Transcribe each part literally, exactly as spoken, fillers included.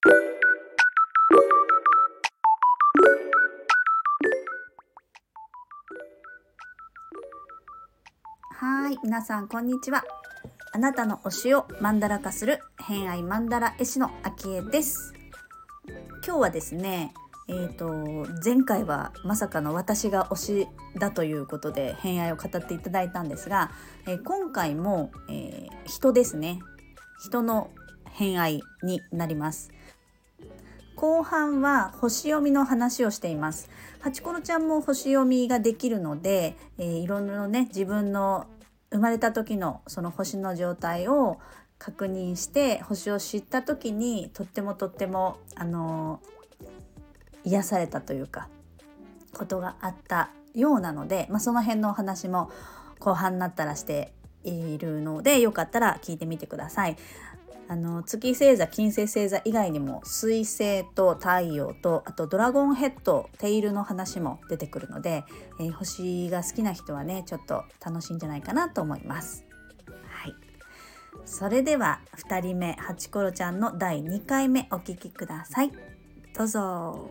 はい、皆さんこんにちは。あなたの推しをマンダラ化する偏愛マンダラ絵師のあきえです。今日はですね、えーと、前回はまさかの私が推しだということで偏愛を語っていただいたんですが、えー、今回も、えー、人ですね。人の偏愛になります。後半は星読みの話をしています。ハチコロちゃんも星読みができるので、えー、いろいろね、自分の生まれた時のその星の状態を確認して星を知った時にとってもとってもあのー、癒されたというかことがあったようなので、まあ、その辺のお話も後半になったらしているので、よかったら聞いてみてください。あの月星座、金星星座以外にも水星と太陽と、あとドラゴンヘッド、テイルの話も出てくるので、えー、星が好きな人はねちょっと楽しいんじゃないかなと思います。はい、それではふたりめ、ハチコロちゃんのだいにかいめお聞きください。どうぞ。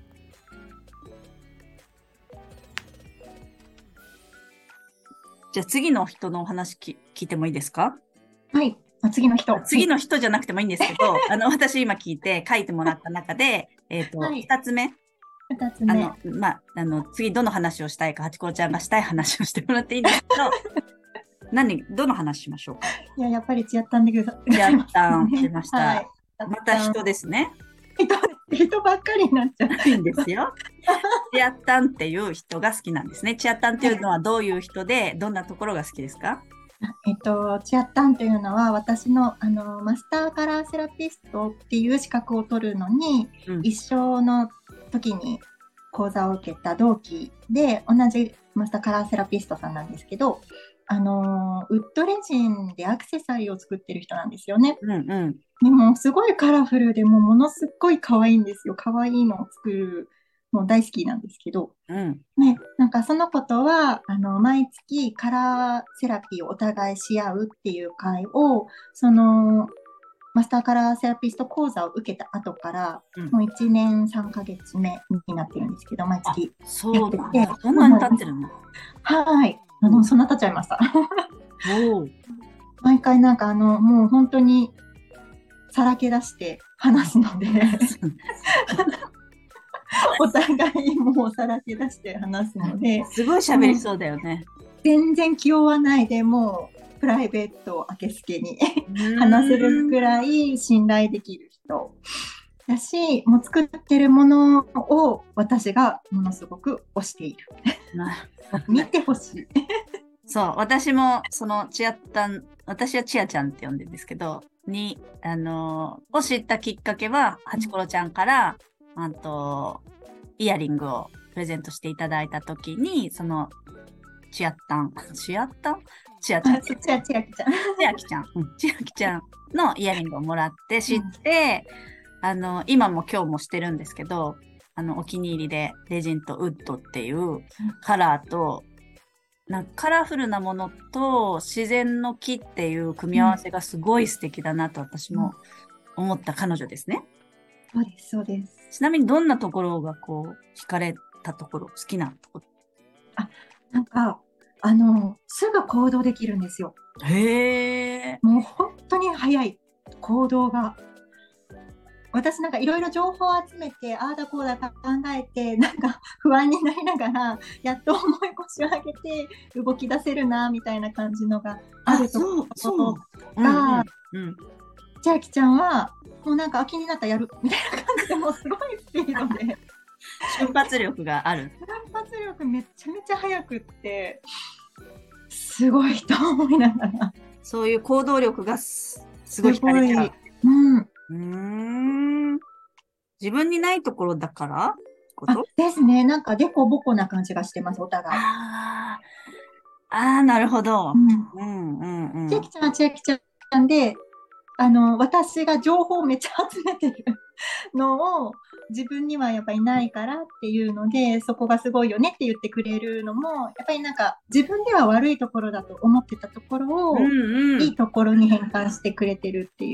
じゃあ次の人のお話き聞いてもいいですか？ はい。次の人。 次の人じゃなくてもいいんですけど、あの、私今聞いて書いてもらった中で、えっと、はい、二つ目。 二つ目。 あの、まあ、あの、次どの話をしたいか、ハチコロちゃんがしたい話をしてもらっていいんですけど、何、どの話しましょうか？ いや、やっぱりチアッタンでください。 チアッタン出ました。はい、また人ですね。 人、人ばっかりになっちゃう。 いいんですよ。チアッタンっていう人が好きなんですね。チアッタンっていうのはどういう人で、どんなところが好きですか？ えっと、チアッタンというのは私の、あのマスターカラーセラピストっていう資格を取るのに、うん、一緒の時に講座を受けた同期で同じマスターカラーセラピストさんなんですけど、あのウッドレジンでアクセサリーを作ってる人なんですよね。 うんうん、 でもすごいカラフルでもものすっごい可愛いんですよ。可愛いのを作るもう大好きなんですけど、 うんね、なんかそのことはあの毎月カラーセラピーをお互いし合うっていう会を、そのマスターカラーセラピスト講座を受けた後から、うん、もういちねんさんかげつめになってるんですけど、毎月やってて、そんなに経ってるの？ はい、あの、うん、そんな経っちゃいましたお毎回なんかあのもう本当にさらけ出して話すのでお互いもうさらけ出して話すので、 すごい喋りそうだよね。 全然気負わないで、もうプライベートをあけすけに話せるくらい信頼できる人だし、もう作ってるものを私がものすごく推している見てほしいそう、私もそのチアッタン、私はチアちゃんって呼んでるんですけどに、あのー、を知ったきっかけはハチコロちゃんからあとイヤリングをプレゼントしていただいたときに、そのチアッタンチアッタンチアちゃんチアチアキちゃんチアキちゃん、うん、チアキちゃんのイヤリングをもらって知って、うん、あの今も今日もしてるんですけど、あのお気に入りでレジンとウッドっていうカラーと、なんかカラフルなものと自然の木っていう組み合わせがすごい素敵だなと私も思った彼女ですね。 そうです、そうです。 ちなみにどんなところがこう惹かれたところ、好きなところ？ あ、なんかあのすぐ行動できるんですよ。 へー。 もう本当に早い行動が。私なんかいろいろ情報を集めて、ああだこうだ考えて、なんか不安になりながらやっと重い腰を上げて動き出せるなみたいな感じのがあるところが、千秋ちゃんはもうなんか気になったらやるみたいな感じで、もうすごいスピードで瞬発力がある。 瞬発力めちゃめちゃ速くって、すごいと思いながら、 そういう行動力が す, すごい惹かれちゃう。 うん、 うーん、自分にないところだからことあですね。なんかデコボコな感じがしてます、お互い。 ああ、なるほど。うんうんうん。 千秋ちゃんは千秋ちゃんで、あの私が情報をめっちゃ集めてるのを自分にはやっぱりないからっていうので、そこがすごいよねって言ってくれるのも、やっぱりなんか自分では悪いところだと思ってたところを、うんうん、いいところに変換してくれてるっていう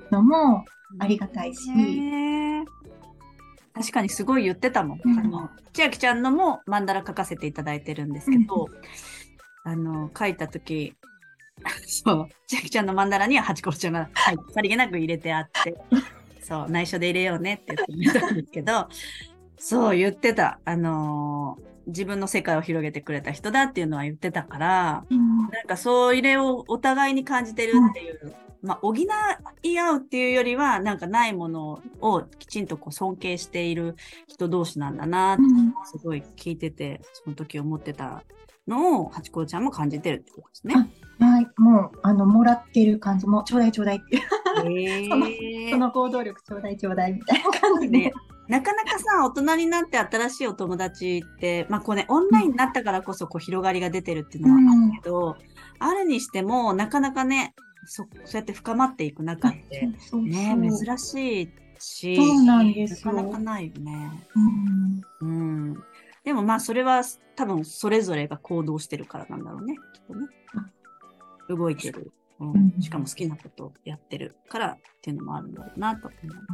のもありがたいし。 ね、確かにすごい言ってたもん。うん、あの千秋ちゃんのもマンダラ描かせていただいてるんですけど、うん、あの描いた時そう千秋ちゃんのマンダラにはハチコロちゃんが、はい、さりげなく入れてあってそう内緒で入れようねって言ってみたんですけどそう言ってた、あのー、自分の世界を広げてくれた人だっていうのは言ってたから、うん、なんかそれをお互いに感じてるっていう、うん、まあ補い合うっていうよりはなんかないものをきちんとこう尊敬している人同士なんだなってすごい聞いてて、その時思ってたのをハチコロちゃんも感じてるってことですね。 はい、もうあのもらってる感じもちょうだいちょうだいっていう、えー、そのその行動力ちょうだいちょうだいみたいな感じで、ね、 なかなかさ大人になって新しいお友達ってまあこうねオンラインになったからこそこう広がりが出てるっていうのはあるけど、うん、あるにしてもなかなかね そ, そうやって深まっていく中ってそうそうそうね珍しいし、 そうなんですよ、 なかなかないよね。うん、うん、でもまあそれは多分それぞれが行動してるからなんだろうね、きっとね。動いてる、うん、しかも好きなことをやってるからっていうのもあるんだろうなと思います。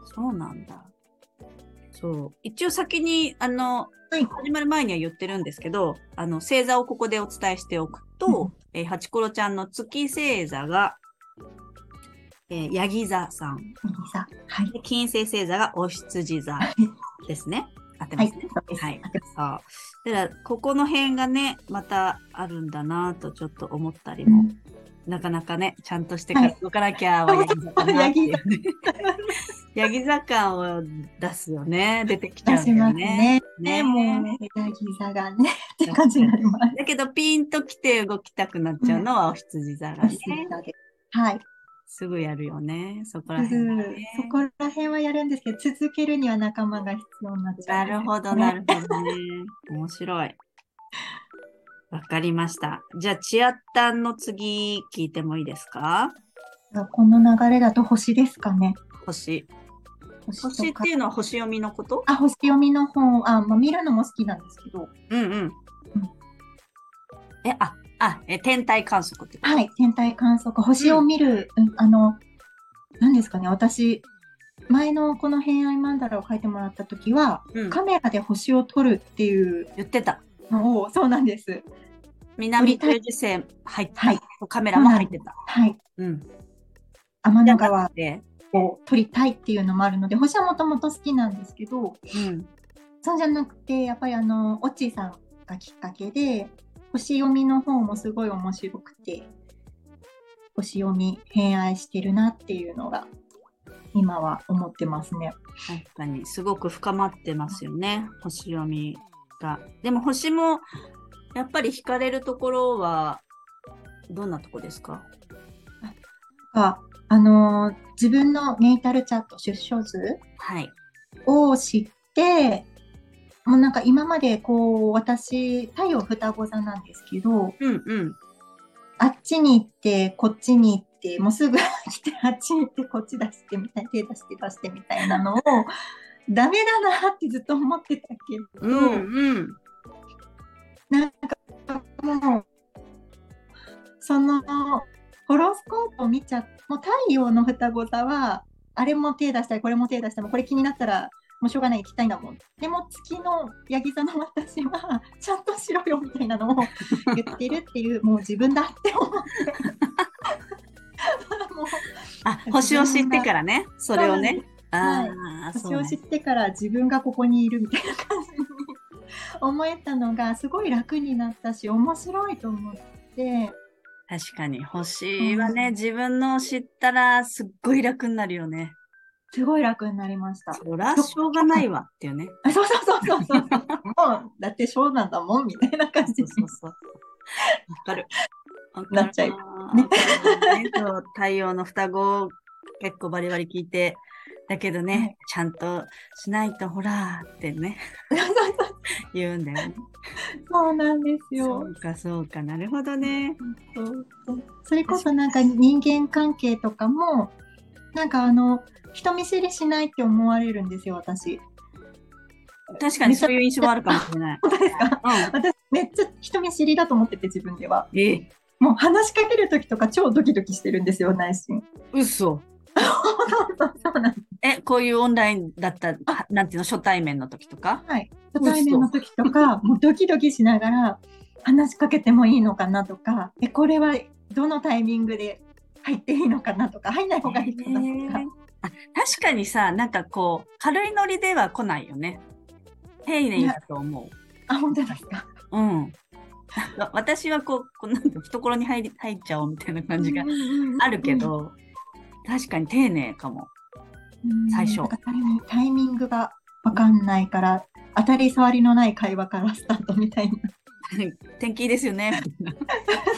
そうなんだ。そう。一応先に、あの、はい、始まる前には言ってるんですけど、あの、星座をここでお伝えしておくと、うん、えー、ハチコロちゃんの月星座が、えー、ヤギ座さん。ヤギ座。はい。 金星星座がお羊座ですね。合ってますね。はい。はい、そう。だから、ここの辺がね、またあるんだなとちょっと思ったりも、うん、なかなかね、ちゃんとしてから動かなきゃはヤギ座かなっていう、ね。ヤギ座感を出すよね。出てきちゃうんだよね。 ね。ね、もう、ヤギ座がね、って感じになります。 だけど、ピンと来て動きたくなっちゃうのはお羊座がね。 うん、はい。 すぐやるよね。そこら辺、ね、 そこら辺はやるんですけど、続けるには仲間が必要になっちゃう、 ね。なるほど、なるほどね。面白い。わかりました。じゃあ、チアッタンの次聞いてもいいですか？ この流れだと星ですかね。 星。星っていうのは星読みのこと？ あ、星読みの本、あ、まあ、見るのも好きなんですけど。 うんうん。うん、え、あ、あ、え、天体観測ってこと？ はい、天体観測、星を見る、うん、あの、何ですかね、私、前のこの偏愛マンダラを書いてもらった時は、うん、カメラで星を撮るっていう言ってたのを、そうなんです。 南十字星入ってた、はい、カメラも入ってた。 はい。うん。天の川を撮りたいっていうのもあるので、星はもともと好きなんですけど、うん、そうじゃなくて、やっぱりあの、オッチーさんがきっかけで、星読みの方もすごい面白くて、星読み偏愛してるなっていうのが今は思ってますね。 確かにすごく深まってますよね、星読みが。でも星もやっぱり惹かれるところはどんなとこですか？ あ、あのー、自分のネイタルチャート出生図を知って、はい、もうなんか今までこう私太陽双子座なんですけど、うんうん、あっちに行ってこっちに行ってもうすぐ来てあっちに行ってこっち出してみたい手出して出してみたいなのをダメだなってずっと思ってたけど、うんうん、なんかもうそのホロスコープを見ちゃもう太陽の双子座はあれも手出したりこれも手出したりこれ気になったらもうしょうがない行きたいんだもん。でも月のヤギ座の私はちゃんとしろよみたいなのを言ってるっていうもう自分だって思ってもうあ星を知ってからねそれをねあ、はい、星を知ってから自分がここにいるみたいな感じに思えたのがすごい楽になったし面白いと思って。 確かに星はね、うん、自分の知ったらすっごい楽になるよね。 すごい楽になりました。 そらしょうがないわっていうね。 そうそうそうそうそうもうだってしょうなんだもんみたいな感じ。そうそうそう。わかる。 なっちゃう。 ね。ねそう太陽の双子結構バリバリ聞いて。だけどね、はい、ちゃんとしないとほらってね言うんだよね。 そうなんですよ。 そうかそうかなるほどね。 そうそうそれこそなんか人間関係とかもなんかあの人見知りしないって思われるんですよ私。 確かにそういう印象はあるかもしれない。 本当ですか？うん、私めっちゃ人見知りだと思ってて自分では。 えもう話しかける時とか超ドキドキしてるんですよ内心。 嘘。そそうそうなんです。 え、こういうオンラインだった、 あ、 はなんていうの、初対面の時とか？ はい。初対面の時とか、もうドキドキしながら話しかけてもいいのかなとか、え、これはどのタイミングで入っていいのかなとか、入んない方がいいのかなとか。 あ、確かにさ、なんかこう、軽いノリでは来ないよね。丁いや、 寧だと思あ、本当ですか。 う。うん。わ私はこう、こうなんか懐に入り、入っちゃおうみたいな感じがうんうんうんあるけうんど、確かに丁寧かも、最初。 うん、なんかタイミングタイミングがわかんないから、当たり障りのない会話からスタートみたいな。 天気いいですよね、みたい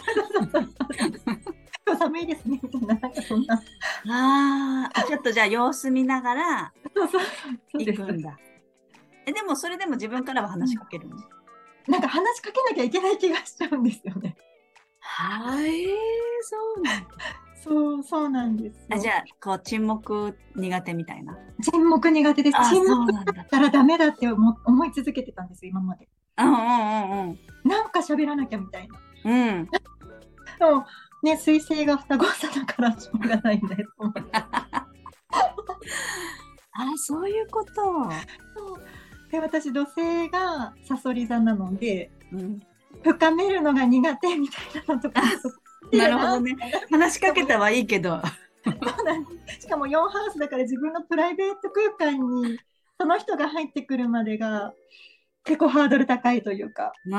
今日寒いですねみたいな、なんかそんな。 な。ああ、ちょっとじゃあ様子見ながらそうそうそうです。 行くんだ。え、でもそれでも自分からは話しかけるの？ なんか話しかけなきゃいけない気がしちゃうんですよね。 はい、そうなんだ。 そうそうなんですあ、 よ。 じゃあ、こう、沈黙苦手みたいな。 沈黙苦手です。 あ、 沈黙そうなんだ。 だったらダメだって思思い続けてたんですよ、今まで。 うんうんうんなんか喋らなきゃみたいな。 うん。うん。 でも、ね、彗星が双子座だからしょうがないんだよ。 あ、そういうこと。 そうで、私、土星がさそり座なので、 うん。 深めるのが苦手みたいなのとか、 なるほどね。話しかけたはいいけど。 そうなんです。しかもよんハウスだから自分のプライベート空間にその人が入ってくるまでが結構ハードル高いというか。 うん。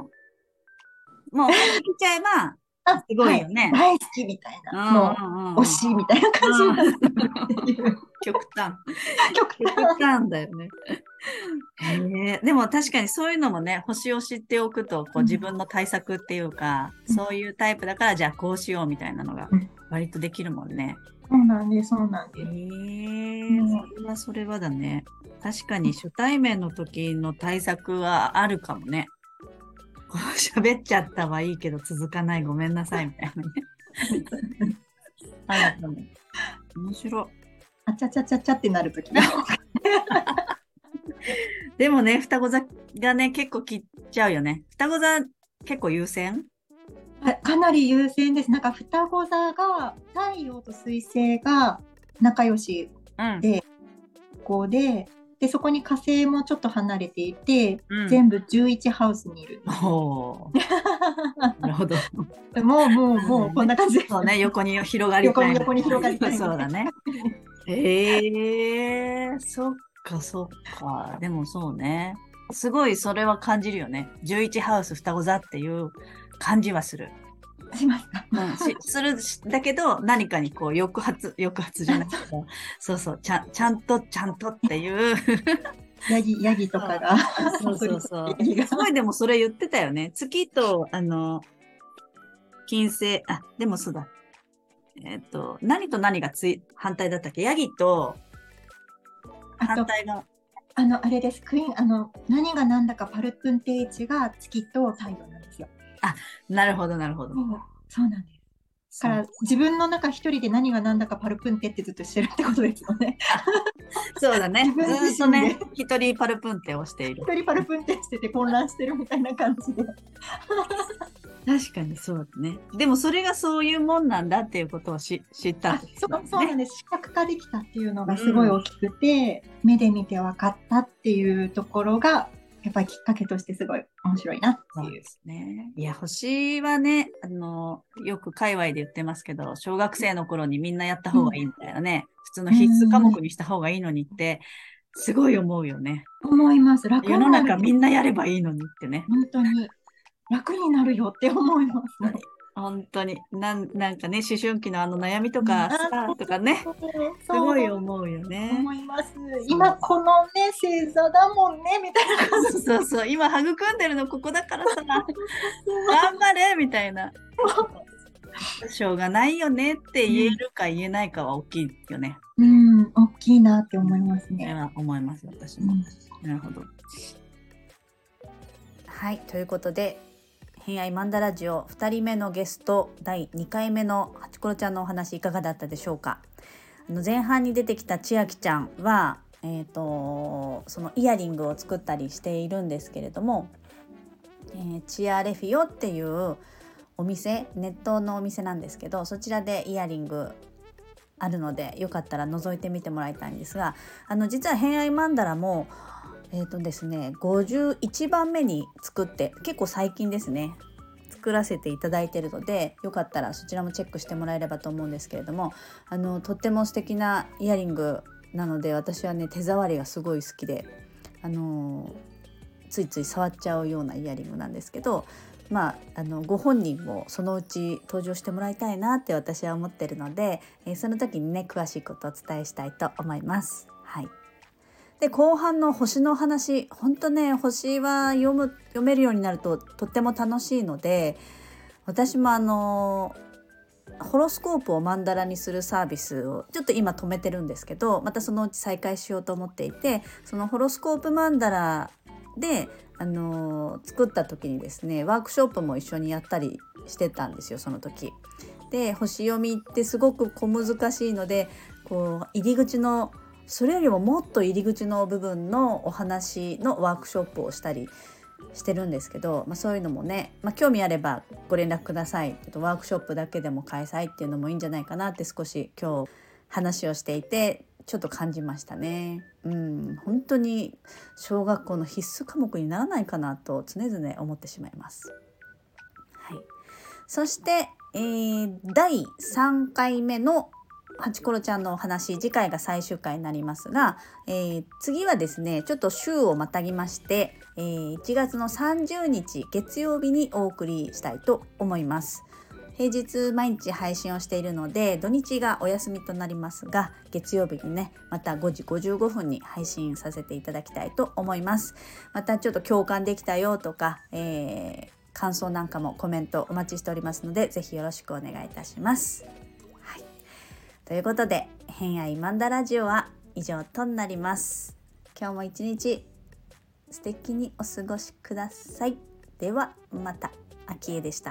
もう入ってきちゃえば、 あ、 すごはい、 いよね。 大好きみたいうんな、もう推うんうんうん。 しみたいな感じになってくるっていう。 極端。 極極端。 端だよね。へえ、でも確かにそういうのもね、星を知っておくと、こう自分の対策っていうか、そういうタイプだから、じゃあこうしようみたいなのがうん、 割とできるもんね。 そうなんです、そうなんへです。 え、 うんそれはそれはだね。確かに初対面の時の対策はあるかもね。こう喋っちゃったはいいけど続かないごめんなさいみたいなね。あるかも。面白い。 あちゃちゃちゃちゃってなるときが。 でもね、双子座がね、結構切っちゃうよね。双子座結構優先？ かなり優先です。なんか双子座が太陽と水星が仲良しうん。 で、こうで、で、そこに火星もちょっと離れていて、 うん。 全部じゅういちハウスにいるんですよ。 おー、なるほど。 もう、もう、もう、こんな感じです。 そうね、横に広がり横にたい。 横に広がりたいみたいな。 そうだね。ええー、そっかそっか。でもそうね。すごいそれは感じるよね。じゅういちハウス双子座っていう感じはする。 しますか。 うん、しするし、だけど何かにこう抑圧、抑圧じゃないけど、そうそう、ちゃん、ちゃんと、ちゃんとっていう。 ヤギ、ヤギとかが。 そうそうそう。 ヤギがすごいでもそれ言ってたよね。月と、あの、金星、あ、でもそうだ。えっと、何と何がつい、反対だったっけ？ヤギとあと、 反対が。 あの、あれです。クイーン、あの、何が何だかパルプンテーチが月と太陽なんですよ。 あ、なるほど、なるほど。 そうそうなんです。だからそう自分の中一人で何が何だかパルプンテってずっとしてるってことですよね。 そうだね。 自分ずーっ自身でとね、一人パルプンテをしている。 一人パルプンテしてて混乱してるみたいな感じで。 確かにそうだね。でもそれがそういうもんなんだっていうことをし知ったあってこそうとだね。 そうなんです。視覚化できたっていうのがすごい大きくて、目で見て分かったっていうところが、やっぱりきっかけとしてすごい面白いなっていう。 そうですね。いや、星はね、あの、よく界隈で言ってますけど、小学生の頃にみんなやった方がいいみたいなね、普通の必須科目にした方がいいのにって、すごい思うよね。 思います。楽世のになる。 中みんなやればいいのにってね。 本当に楽になるよって思いますね。 本当に。なん、なんかね、思春期のあの悩みとかさ、 あとかね、すごい思うよね。 思います。今このね、星座だもんね、みたいな感じ。 そうそうそう、今育んでるのここだからさ、頑張れみたいな。しょうがないよねって言えるか言えないかは大きいよね。 うん、大きいなって思いますそれね。 は思います、私も。 うん、 なるほど。 はい、ということで偏愛マンダラジオふたりめのゲストだいにかいめのハチコロちゃんのお話いかがだったでしょうか。あの前半に出てきた千秋ちゃんは、えーと、そのイヤリングを作ったりしているんですけれども、えー、チアレフィオっていうお店、ネットのお店なんですけど、そちらでイヤリングあるので、よかったら覗いてみてもらいたいんですが、あの実は偏愛マンダラもえーとですね、ごじゅういちばんめに作って、結構最近ですね作らせていただいているので、よかったらそちらもチェックしてもらえればと思うんですけれども、あのとっても素敵なイヤリングなので、私はね手触りがすごい好きで、あのついつい触っちゃうようなイヤリングなんですけど、まあ、あのご本人もそのうち登場してもらいたいなって私は思っているので、えー、その時にね詳しいことをお伝えしたいと思います。はい。で後半の星の話、本当ね星は読む読めるようになるととっても楽しいので、私もあのホロスコープをマンダラにするサービスをちょっと今止めてるんですけど、またそのうち再開しようと思っていて、そのホロスコープマンダラであの作った時にですね、ワークショップも一緒にやったりしてたんですよ、その時で。星読みってすごく小難しいので、こう入り口のそれよりももっと入り口の部分のお話のワークショップをしたりしてるんですけど、まあ、そういうのもね、まあ、興味あればご連絡ください。ワークショップだけでも開催っていうのもいいんじゃないかなって少し今日話をしていてちょっと感じましたね。うん、本当に小学校の必須科目にならないかなと常々思ってしまいます。はい、そして、えー、だいさんかいめのハチコロちゃんのお話、次回が最終回になりますが、えー、次はですねちょっと週をまたぎまして、えー、いちがつのさんじゅうにち月曜日にお送りしたいと思います。平日毎日配信をしているので土日がお休みとなりますが、月曜日にねまたごじごじゅうごふんに配信させていただきたいと思います。またちょっと共感できたよとか、えー、感想なんかもコメントお待ちしておりますので、ぜひよろしくお願いいたします。はい、ということで偏愛マンダラジオは以上となります。今日も一日素敵にお過ごしください。ではまた。あきえでした。